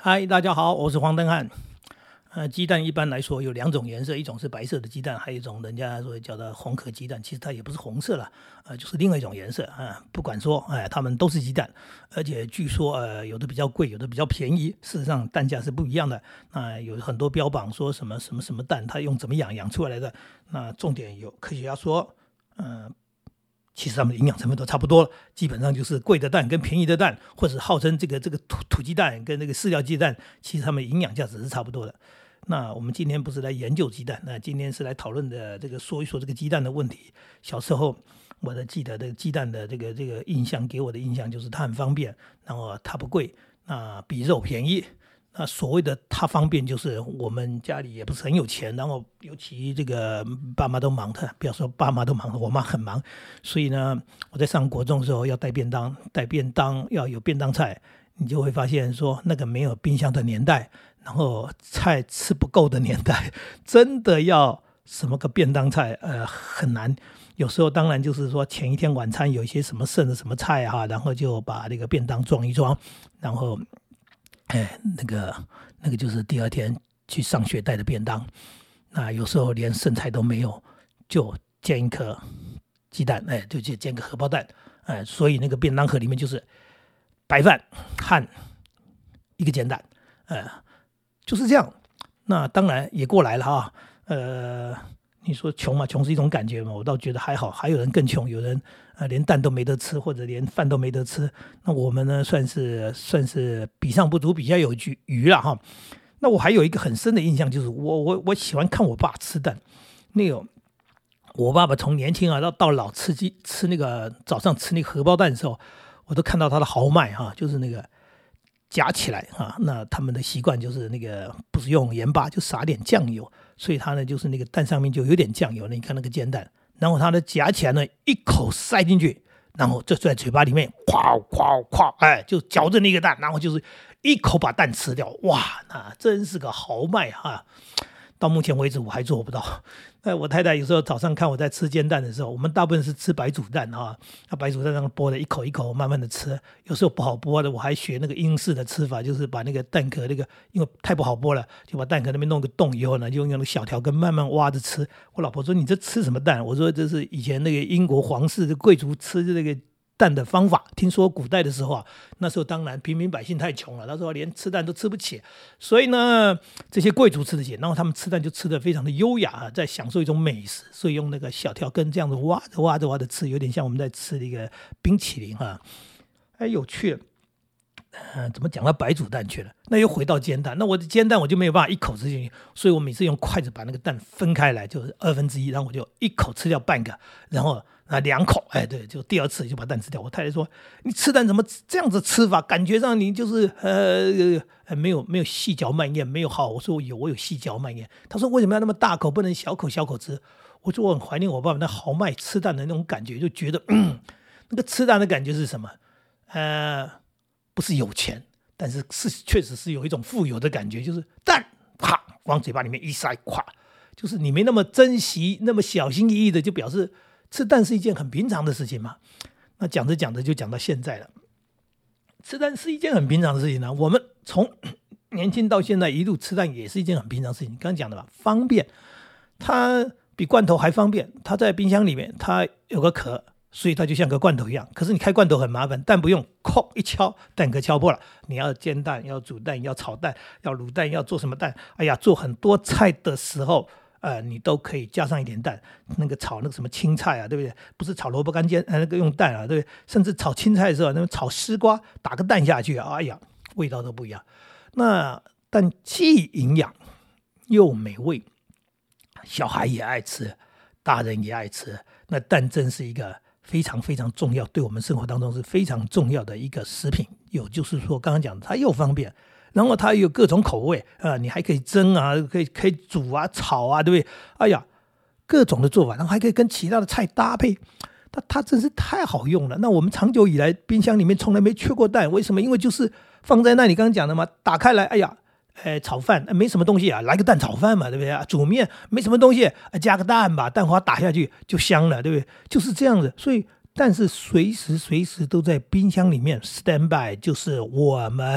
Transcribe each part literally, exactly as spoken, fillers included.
嗨，大家好，我是黄登汉。呃，鸡蛋一般来说有两种颜色，一种是白色的鸡蛋，还有一种人家说叫做红壳鸡蛋，其实它也不是红色了，呃，就是另外一种颜色啊、呃。不管说，哎、呃，它们都是鸡蛋，而且据说，呃，有的比较贵，有的比较便宜，事实上蛋价是不一样的。那、呃、有很多标榜说什么什么什么蛋，它用怎么养养出来的，那重点有科学家说，呃。其实它们的营养成分都差不多，基本上就是贵的蛋跟便宜的蛋，或者号称这个这个土土鸡蛋跟这个饲料鸡蛋，其实它们营养价值是差不多的。那我们今天不是来研究鸡蛋，那今天是来讨论的这个说一说这个鸡蛋的问题。小时候我的记得这个鸡蛋的这个这个印象，给我的印象就是它很方便，然后它不贵，那比肉便宜。那所谓的它方便，就是我们家里也不是很有钱，然后尤其这个爸妈都忙的，不要说爸妈都忙了，我妈很忙，所以呢，我在上国中的时候要带便当，带便当要有便当菜，你就会发现说那个没有冰箱的年代，然后菜吃不够的年代，真的要什么个便当菜，呃，很难。有时候当然就是说前一天晚餐有一些什么剩的什么菜哈、啊，然后就把那个便当装一装，然后。哎，那个那个就是第二天去上学带的便当，那有时候连剩菜都没有，就煎一颗鸡蛋，哎，就去煎个荷包蛋，哎，所以那个便当盒里面就是白饭和一个煎蛋，呃，就是这样。那当然也过来了哈，呃，你说穷嘛，穷是一种感觉嘛，我倒觉得还好，还有人更穷，有人。呃，连蛋都没得吃，或者连饭都没得吃，那我们呢，算是算是比上不足，比下有余了哈。那我还有一个很深的印象，就是我我我喜欢看我爸吃蛋。那个我爸爸从年轻啊到到老吃鸡吃那个早上吃那个荷包蛋的时候，我都看到他的豪迈哈，就是那个夹起来哈。那他们的习惯就是那个不是用盐巴，就撒点酱油，所以他呢就是那个蛋上面就有点酱油。那你看那个煎蛋。然后他呢夹起来呢，一口塞进去，然后就在嘴巴里面咵咵咵，哎，就嚼着那个蛋，然后就是一口把蛋吃掉。哇，那真是个豪迈哈！到目前为止我还做不到。那我太太有时候早上看我在吃煎蛋的时候，我们大部分是吃白煮蛋哈，那白煮蛋上剥的一口一口慢慢的吃，有时候不好剥的，我还学那个英式的吃法，就是把那个蛋壳那个因为太不好剥了，就把蛋壳那边弄个洞以后呢，就用那个小条根慢慢挖着吃。我老婆说你这吃什么蛋？我说这是以前那个英国皇室的贵族吃的那个蛋的方法。听说古代的时候啊，那时候当然平民百姓太穷了，那时候连吃蛋都吃不起，所以呢这些贵族吃得起，然后他们吃蛋就吃得非常的优雅啊，在享受一种美食，所以用那个小条根这样子挖着挖着挖着吃，有点像我们在吃那个冰淇淋哈、啊，哎，有趣了。呃，怎么讲到白煮蛋去了？那又回到煎蛋，那我的煎蛋我就没有办法一口吃进去，所以我每次用筷子把那个蛋分开来，就是二分之一，然后我就一口吃掉半个，然后啊两口，哎，对，就第二次就把蛋吃掉。我太太说：“你吃蛋怎么这样子吃法？感觉上你就是呃呃没有没有细嚼慢咽，没有好。”我说：“有，我有细嚼慢咽。”她说：“为什么要那么大口，不能小口小口吃？”我说：“我很怀念我爸爸那豪迈吃蛋的那种感觉，就觉得嗯，那个吃蛋的感觉是什么？呃。”不是有钱，但是是确实是有一种富有的感觉，就是蛋啪往嘴巴里面一塞，咵，就是你没那么珍惜，那么小心翼翼的，就表示吃蛋是一件很平常的事情嘛。那讲着讲着就讲到现在了，吃蛋是一件很平常的事情呢、啊。我们从年轻到现在一路吃蛋也是一件很平常的事情。刚刚讲的吧，方便，它比罐头还方便，它在冰箱里面，它有个壳。所以它就像个罐头一样，可是你开罐头很麻烦，蛋不用，扣一敲，蛋壳敲破了。你要煎蛋，要煮蛋，要炒蛋，要卤蛋，要做什么蛋？哎呀，做很多菜的时候，呃，你都可以加上一点蛋。那个炒那个什么青菜啊，对不对？不是炒萝卜干煎，呃，那个用蛋啊，对不对？甚至炒青菜的时候，那个炒丝瓜，打个蛋下去，哎呀，味道都不一样。那蛋既营养又美味，小孩也爱吃，大人也爱吃。那蛋真是一个。非常非常重要，对我们生活当中是非常重要的一个食品。有就是说，刚刚讲的，它又方便，然后它有各种口味啊、呃，你还可以蒸啊，可以可以煮啊、炒啊，对不对？哎呀，各种的做法，然后还可以跟其他的菜搭配，它它真是太好用了。那我们长久以来冰箱里面从来没缺过蛋，为什么？因为就是放在那里，刚刚讲的嘛，打开来，哎呀。呃，炒饭、呃、没什么东西啊，来个蛋炒饭嘛，对不对啊？煮面没什么东西、呃，加个蛋吧，蛋花打下去就香了，对不对？就是这样子。所以但是随时随时都在冰箱里面 stand by， 就是我们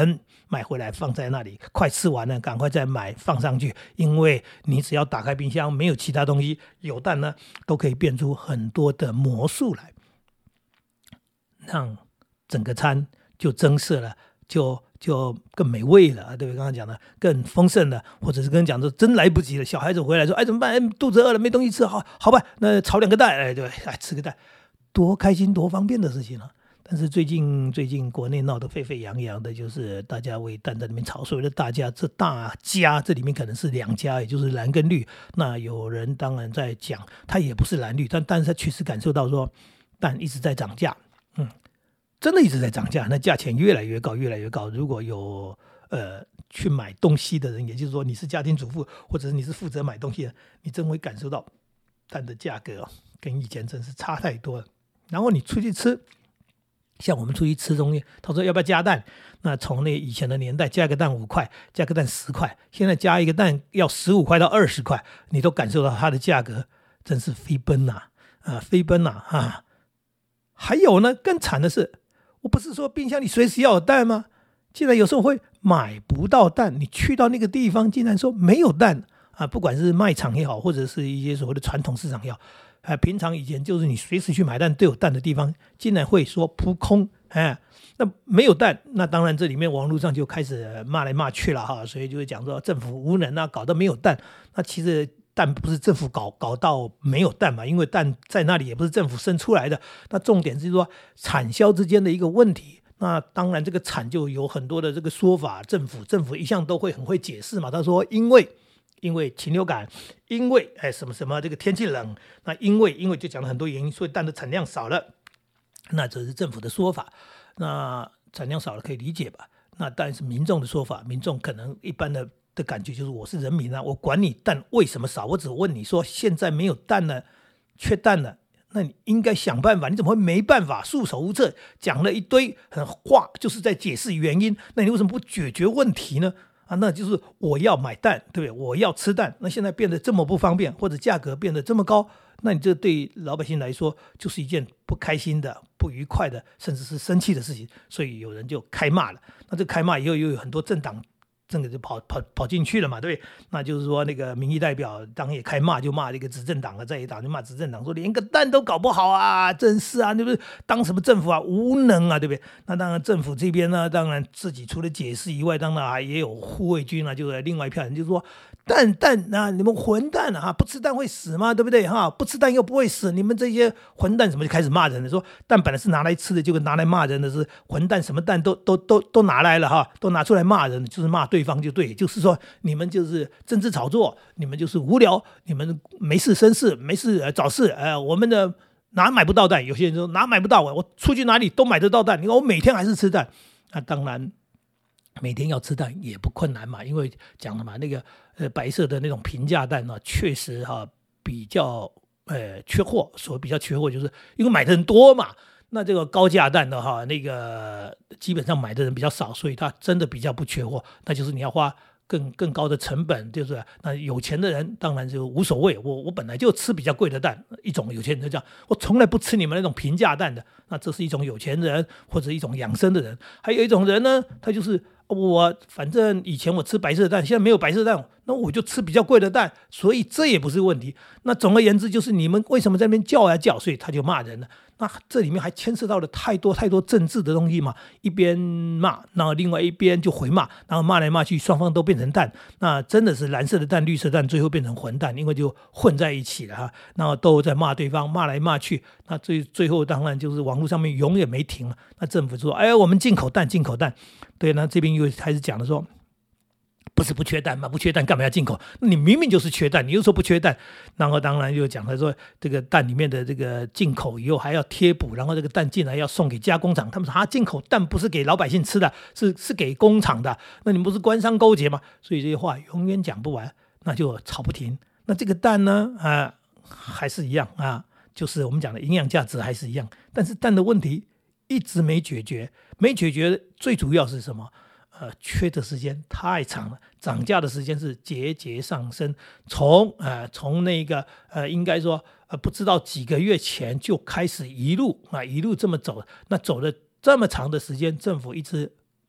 买回来放在那里，快吃完了赶快再买放上去，因为你只要打开冰箱没有其他东西，有蛋呢都可以变出很多的魔术来，让整个餐就增色了，就就更美味了，对不对？刚刚讲的更丰盛了，或者是跟讲说真来不及了，小孩子回来说，哎怎么办？哎肚子饿了没东西吃，好好吧，那炒两个蛋，哎对，哎吃个蛋，多开心多方便的事情啊！但是最近最近国内闹得沸沸扬扬的，就是大家为蛋在里面炒，所谓的大家，这大家这里面可能是两家，也就是蓝跟绿。那有人当然在讲，它也不是蓝绿，但但是他确实感受到说蛋一直在涨价，嗯，真的一直在涨价，那价钱越来越高，越来越高。如果有呃去买东西的人，也就是说你是家庭主妇，或者是你是负责买东西的，你真会感受到蛋的价格、哦、跟以前真是差太多了。然后你出去吃。像我们出去吃东西，他说要不要加蛋？那从那以前的年代，加一个蛋五块，加个蛋十块，现在加一个蛋要十五块到二十块，你都感受到它的价格真是飞奔呐、啊！啊，飞奔呐！啊！还有呢，更惨的是，我不是说冰箱里随时要有蛋吗？竟然有时候会买不到蛋，你去到那个地方，竟然说没有蛋啊！不管是卖场也好，或者是一些所谓的传统市场也好。啊，平常以前就是你随时去买蛋都有蛋的地方，竟然会说扑空，哎，那没有蛋，那当然这里面网络上就开始骂来骂去了哈，所以就会讲说政府无能啊，搞到没有蛋。那其实蛋不是政府搞搞到没有蛋嘛，因为蛋在那里也不是政府生出来的。那重点是说产销之间的一个问题。那当然这个产就有很多的这个说法，政府政府一向都会很会解释嘛，他说因为。因为禽流感，因为哎什么什么这个天气冷，那因为因为就讲了很多原因，所以蛋的产量少了，那这是政府的说法，那产量少了可以理解吧？那但是民众的说法，民众可能一般的的感觉就是我是人民啊，我管你蛋为什么少，我只问你说现在没有蛋了，缺蛋了，那你应该想办法，你怎么会没办法，束手无策，讲了一堆话就是在解释原因，那你为什么不解决问题呢？啊，那就是我要买蛋，对不对？我要吃蛋，那现在变得这么不方便，或者价格变得这么高，那你这对老百姓来说就是一件不开心的、不愉快的，甚至是生气的事情。所以有人就开骂了。那这开骂以后，又有很多政党这个就跑跑跑进去了嘛，对不对？那就是说那个民意代表当然也开骂，就骂这个执政党了，在野党就骂执政党，说连个蛋都搞不好啊，真是啊，对不对？当什么政府啊，无能啊，对不对？那当然政府这边呢，当然自己除了解释以外，当然还也有护卫军啊，就是另外一票人就说蛋蛋啊，你们混蛋啊，不吃蛋会死吗？对不对哈？不吃蛋又不会死，你们这些混蛋什么就开始骂人了，说蛋本来是拿来吃的，结果拿来骂人的是混蛋，什么蛋都都都都拿来了哈，都拿出来骂人，就是骂对方就对，就是说你们就是政治炒作，你们就是无聊，你们没事生事，没事、呃、找事，呃，我们的哪买不到蛋？有些人说哪买不到，我出去哪里都买得到蛋，你看我每天还是吃蛋，那当然。每天要吃蛋也不困难嘛，因为讲了嘛，那个呃白色的那种平价蛋呢、啊，确实哈、啊、比较呃缺货，所谓比较缺货，就是因为买的人多嘛。那这个高价蛋的哈，那个基本上买的人比较少，所以它真的比较不缺货。那就是你要花更更高的成本，就是那有钱的人当然就无所谓。我我本来就吃比较贵的蛋，一种有钱人就这样，我从来不吃你们那种平价蛋的。那这是一种有钱人或者一种养生的人。还有一种人呢，他就是我反正以前我吃白色的蛋，现在没有白色的蛋，那我就吃比较贵的蛋，所以这也不是问题。那总而言之，就是你们为什么在那边叫啊叫，所以他就骂人了。那这里面还牵涉到了太多太多政治的东西嘛，一边骂，然后另外一边就回骂，然后骂来骂去，双方都变成蛋。那真的是蓝色的蛋、绿色的蛋，最后变成混蛋，因为就混在一起了哈。然后都在骂对方，骂来骂去，那最最后当然就是网络上面永远没停了。那政府说：“哎，我们进口蛋，进口蛋。”对，那这边又开始讲了说。不是不缺蛋吗？不缺蛋干嘛要进口？你明明就是缺蛋，你又说不缺蛋，然后当然又讲他说这个蛋里面的这个进口以后还要贴补，然后这个蛋进来要送给加工厂。他们说啊，进口蛋不是给老百姓吃的，是是给工厂的。那你们不是官商勾结吗？所以这些话永远讲不完，那就吵不停。那这个蛋呢，啊、呃，还是一样啊，就是我们讲的营养价值还是一样，但是蛋的问题一直没解决，没解决最主要是什么？呃，缺的时间太长了，涨价的时间是节节上升，从呃从那个呃应该说呃不知道几个月前就开始一路啊一路这么走，那走了这么长的时间，政府一直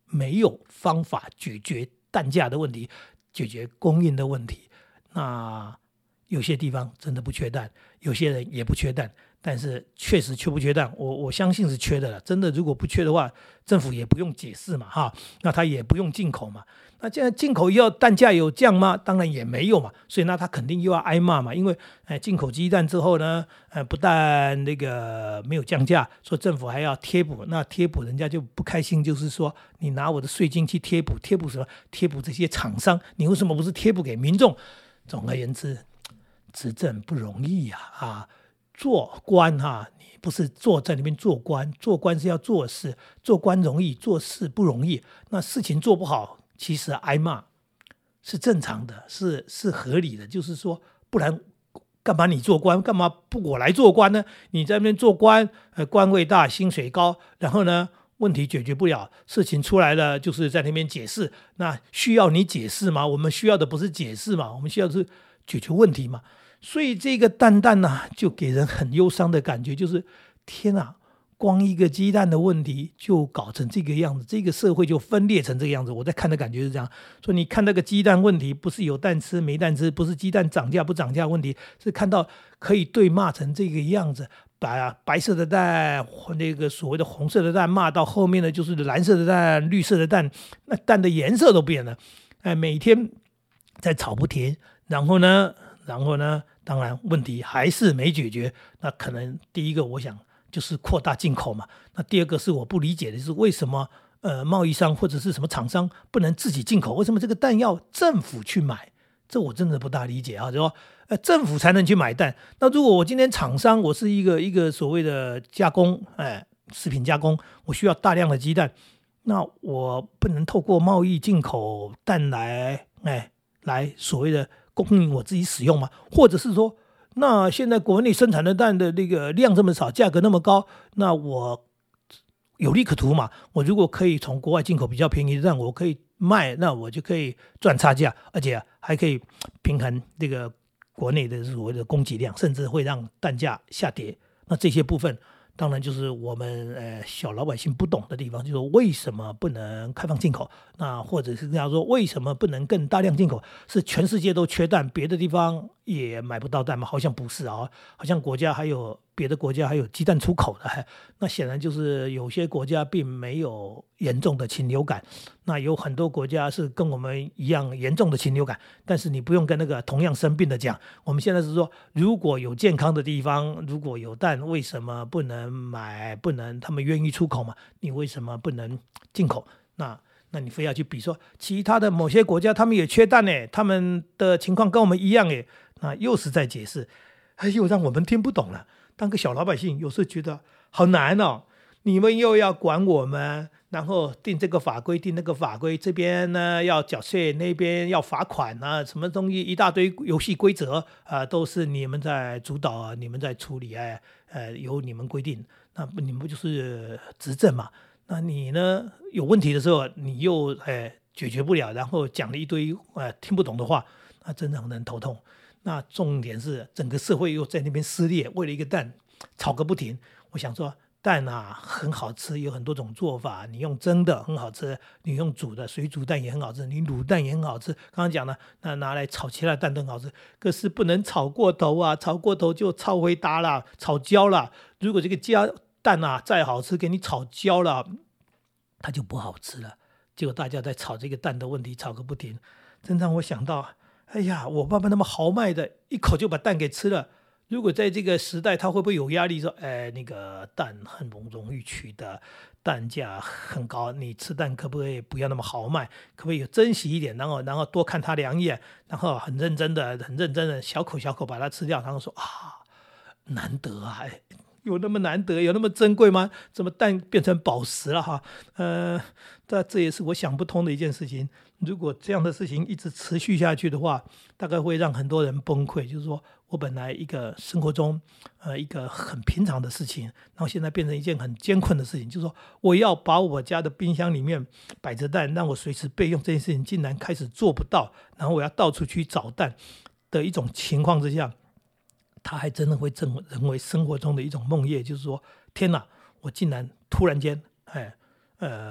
没有方法解决蛋价的问题，解决供应的问题。那有些地方真的不缺蛋，有些人也不缺蛋，但是确实缺不缺蛋，我我相信是缺的了。真的如果不缺的话，政府也不用解释嘛，哈，那他也不用进口嘛。那现在进口要蛋价有降吗？当然也没有嘛，所以那他肯定又要挨骂嘛。因为呃进口鸡蛋之后呢，呃不但那个没有降价，说政府还要贴补，那贴补人家就不开心，就是说你拿我的税金去贴补，贴补什么？贴补这些厂商，你为什么不是贴补给民众？总而言之，执政不容易呀、啊，啊，做官哈、啊，你不是坐在那边做官，做官是要做事，做官容易，做事不容易。那事情做不好，其实挨骂是正常的，是是合理的。就是说，不然干嘛你做官？干嘛不我来做官呢？你在那边做官，呃，官位大，薪水高，然后呢，问题解决不了，事情出来了，就是在那边解释。那需要你解释吗？我们需要的不是解释嘛，我们需要的是解决问题嘛。所以这个蛋蛋呢、啊，就给人很忧伤的感觉，就是天啊，光一个鸡蛋的问题就搞成这个样子，这个社会就分裂成这个样子。我在看的感觉是这样，说你看那个鸡蛋问题，不是有蛋吃没蛋吃，不是鸡蛋涨价不涨价问题，是看到可以对骂成这个样子，把白色的蛋那个所谓的红色的蛋骂到后面呢，就是蓝色的蛋、绿色的蛋，那蛋的颜色都变了，哎，每天在吵不停，然后呢？然后呢，当然问题还是没解决。那可能第一个我想就是扩大进口嘛。那第二个是我不理解的是为什么呃贸易商或者是什么厂商不能自己进口？为什么这个蛋要政府去买？这我真的不大理解啊。就说呃政府才能去买蛋。那如果我今天厂商我是一个一个所谓的加工，哎，食品加工，我需要大量的鸡蛋，那我不能透过贸易进口蛋来哎来所谓的供应我自己使用吗？或者是说，那现在国内生产的蛋的那个量这么少，价格那么高，那我有利可图嘛？我如果可以从国外进口比较便宜的蛋，我可以卖，那我就可以赚差价，而且还可以平衡这个国内的所谓的供给量，甚至会让蛋价下跌。那这些部分当然就是我们呃小老百姓不懂的地方，就是说为什么不能开放进口？那或者是这样说，为什么不能更大量进口？是全世界都缺蛋，别的地方也买不到蛋吗？好像不是啊，好像国家还有别的国家还有鸡蛋出口的。那显然就是有些国家并没有严重的禽流感，那有很多国家是跟我们一样严重的禽流感，但是你不用跟那个同样生病的讲。我们现在是说，如果有健康的地方，如果有蛋，为什么不能买？不能他们愿意出口嘛？你为什么不能进口？那那你非要去比说其他的某些国家他们也缺蛋呢，他们的情况跟我们一样耶，那又是在解释，又让我们听不懂了。当个小老百姓有时候觉得好难哦，你们又要管我们，然后定这个法规定那个法规，这边呢要缴税，那边要罚款啊，什么东西一大堆游戏规则啊、呃，都是你们在主导啊，你们在处理，哎，呃，由你们规定，那你们不就是执政嘛？那你呢有问题的时候，你又哎解决不了，然后讲了一堆呃听不懂的话，那真的很人头痛。那重点是整个社会又在那边撕裂，为了一个蛋吵个不停。我想说蛋啊很好吃，有很多种做法，你用蒸的很好吃，你用煮的水煮蛋也很好吃，你卤蛋也很好吃。刚刚讲了，那拿来炒其他的蛋都很好吃，可是不能炒过头啊，炒过头就炒回答了，炒焦了。如果这个加蛋啊再好吃，给你炒焦了，它就不好吃了。结果大家在炒这个蛋的问题，炒个不停，真让我想到，哎呀，我爸爸那么豪迈的，一口就把蛋给吃了。如果在这个时代，他会不会有压力说，哎，那个蛋很不容易取得，蛋价很高，你吃蛋可不可以不要那么豪迈，可不可以有珍惜一点，然后然后多看他两眼，然后很认真的很认真的小口小口把它吃掉，然后说啊，难得啊，哎，有那么难得，有那么珍贵吗？怎么蛋变成宝石了哈？呃，这这也是我想不通的一件事情。如果这样的事情一直持续下去的话，大概会让很多人崩溃。就是说我本来一个生活中，呃，一个很平常的事情，然后现在变成一件很艰困的事情。就是说我要把我家的冰箱里面摆着蛋，让我随时备用，这件事情竟然开始做不到，然后我要到处去找蛋的一种情况之下，他还真的会成为生活中的一种梦魇。就是说，天哪，我竟然突然间，哎。呃，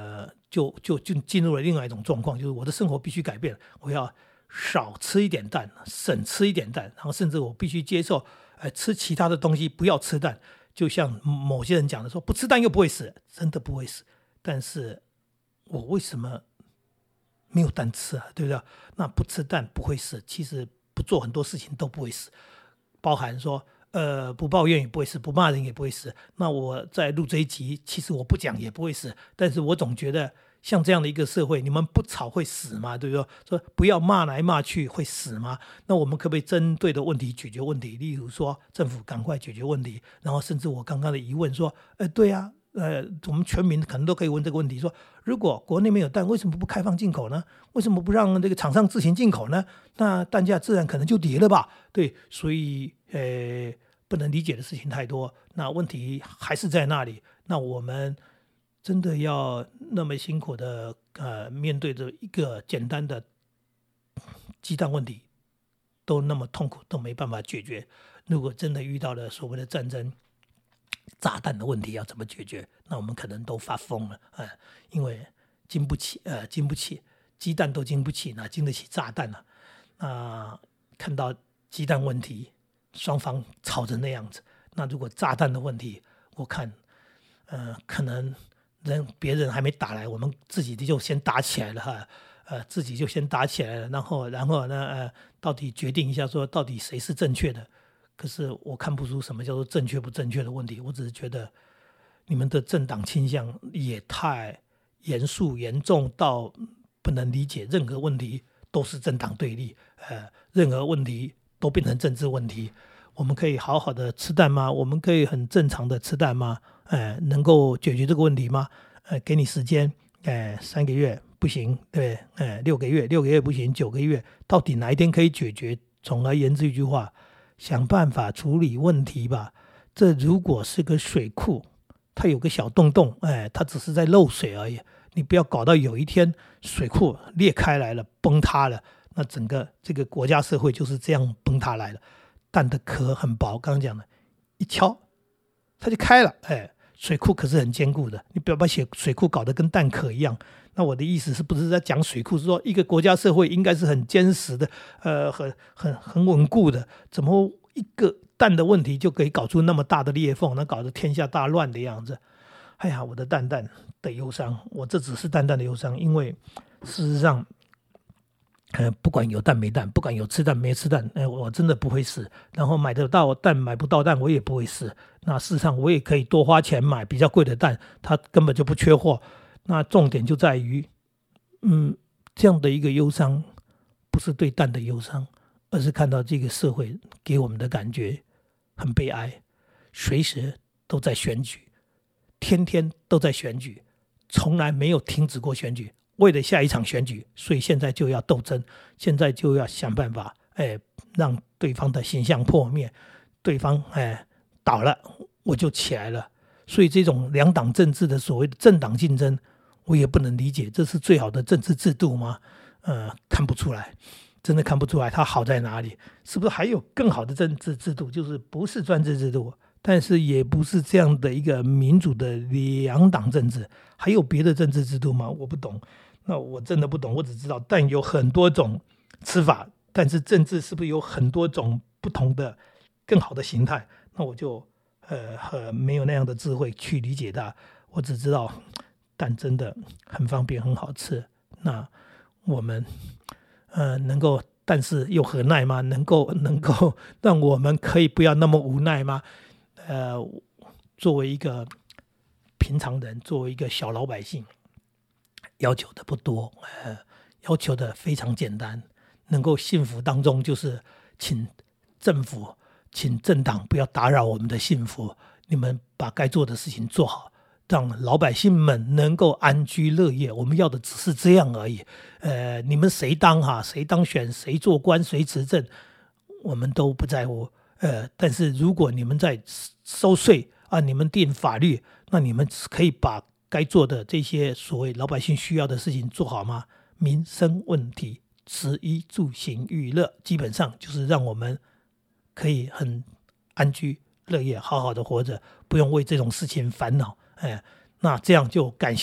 就就就进入了另外一种状况，就是我的生活必须改变，我要少吃一点蛋，省吃一点蛋，然后甚至我必须接受，呃，吃其他的东西，不要吃蛋。就像某些人讲的说，不吃蛋又不会死，真的不会死。但是我为什么没有蛋吃啊？对不对？那不吃蛋不会死，其实不做很多事情都不会死，包含说，呃，不抱怨也不会死，不骂人也不会死。那我在录这一集，其实我不讲也不会死，但是我总觉得像这样的一个社会，你们不吵会死吗？对不对？说不要骂来骂去会死吗？那我们可不可以针对的问题解决问题？例如说，政府赶快解决问题，然后甚至我刚刚的疑问说，呃，对啊。呃，我们全民可能都可以问这个问题：说，如果国内没有蛋，为什么不开放进口呢？为什么不让这个厂商自行进口呢？那蛋价自然可能就跌了吧？对，所以呃，不能理解的事情太多。那问题还是在那里。那我们真的要那么辛苦的呃，面对着一个简单的鸡蛋问题，都那么痛苦，都没办法解决。如果真的遇到了所谓的战争，炸弹的问题要怎么解决？那我们可能都发疯了，呃、因为经不起，呃，经不起鸡蛋都经不起，哪经得起炸弹呢、啊？那看到鸡蛋问题，双方吵成那样子，那如果炸弹的问题，我看，呃，可能人别人还没打来，我们自己就先打起来了哈，呃，自己就先打起来了，然后，然后呢，呃，到底决定一下说，到底谁是正确的？可是我看不出什么叫做正确不正确的问题，我只是觉得你们的政党倾向也太严肃严重到不能理解，任何问题都是政党对立，呃，任何问题都变成政治问题。我们可以好好的吃蛋吗？我们可以很正常的吃蛋吗？呃，能够解决这个问题吗？呃，给你时间，呃，三个月不行，对，呃，六个月，六个月不行，九个月，到底哪一天可以解决？总而言之一句话，想办法处理问题吧。这如果是个水库，它有个小洞洞，哎，它只是在漏水而已。你不要搞到有一天水库裂开来了，崩塌了，那整个这个国家社会就是这样崩塌来了。蛋的壳很薄，刚刚讲的，一敲它就开了，哎，水库可是很坚固的，你不要把水库搞得跟蛋壳一样。那我的意思是不是在讲水库？是说一个国家社会应该是很坚实的，呃，很很很稳固的。怎么一个蛋的问题就可以搞出那么大的裂缝，那搞得天下大乱的样子？哎呀，我的蛋蛋的忧伤，我这只是蛋蛋的忧伤，因为事实上，呃，不管有蛋没蛋，不管有吃蛋没吃蛋，呃，我真的不会死。然后买得到蛋买不到蛋，我也不会死。那事实上，我也可以多花钱买比较贵的蛋，它根本就不缺货。那重点就在于，嗯，这样的一个忧伤，不是对蛋的忧伤，而是看到这个社会给我们的感觉很悲哀，随时都在选举，天天都在选举，从来没有停止过选举。为了下一场选举，所以现在就要斗争，现在就要想办法，哎，让对方的形象破灭，对方哎倒了，我就起来了。所以这种两党政治的所谓的政党竞争，我也不能理解，这是最好的政治制度吗？呃，看不出来，真的看不出来它好在哪里。是不是还有更好的政治制度，就是不是专制制度，但是也不是这样的一个民主的两党政治？还有别的政治制度吗？我不懂。那我真的不懂，我只知道但有很多种吃法，但是政治是不是有很多种不同的更好的形态？那我就呃呃没有那样的智慧去理解它。我只知道蛋真的很方便很好吃。那我们呃能够，但是又何奈吗？能够能够让我们可以不要那么无奈吗？呃，作为一个平常人，作为一个小老百姓，要求的不多，呃，要求的非常简单，能够幸福当中就是请政府、请政党不要打扰我们的幸福，你们把该做的事情做好，让老百姓们能够安居乐业。我们要的只是这样而已。呃，你们谁当哈，谁当选，谁做官，谁执政，我们都不在乎。呃，但是如果你们在收税啊，你们定法律，那你们可以把该做的这些所谓老百姓需要的事情做好吗？民生问题，食衣住行娱乐，基本上就是让我们可以很安居乐业，好好的活着，不用为这种事情烦恼。哎，那这样就感谢大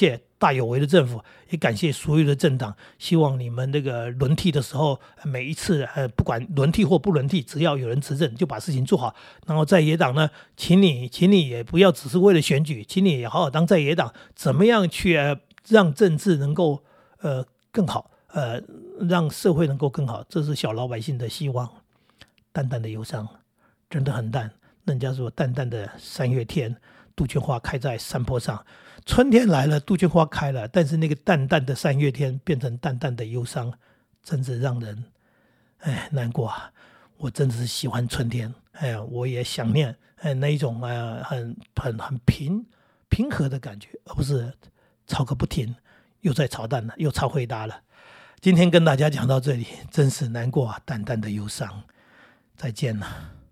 大有为的政府，也感谢所有的政党。希望你们那个轮替的时候，每一次呃不管轮替或不轮替，只要有人执政，就把事情做好。然后在野党呢，请你请你也不要只是为了选举，请你也好好当在野党，怎么样去、呃、让政治能够呃更好，呃让社会能够更好，这是小老百姓的希望。淡淡的忧伤，真的很淡。人家说淡淡的三月天，杜鹃花开在山坡上。春天来了，杜鹃花开了，但是那个淡淡的三月天变成淡淡的忧伤，真是让人哎难过啊！我真的是喜欢春天，哎，我也想念哎那一种呃很很很平平和的感觉，而不是吵个不停，又在吵蛋了，又吵回答了。今天跟大家讲到这里，真是难过啊，淡淡的忧伤，再见了。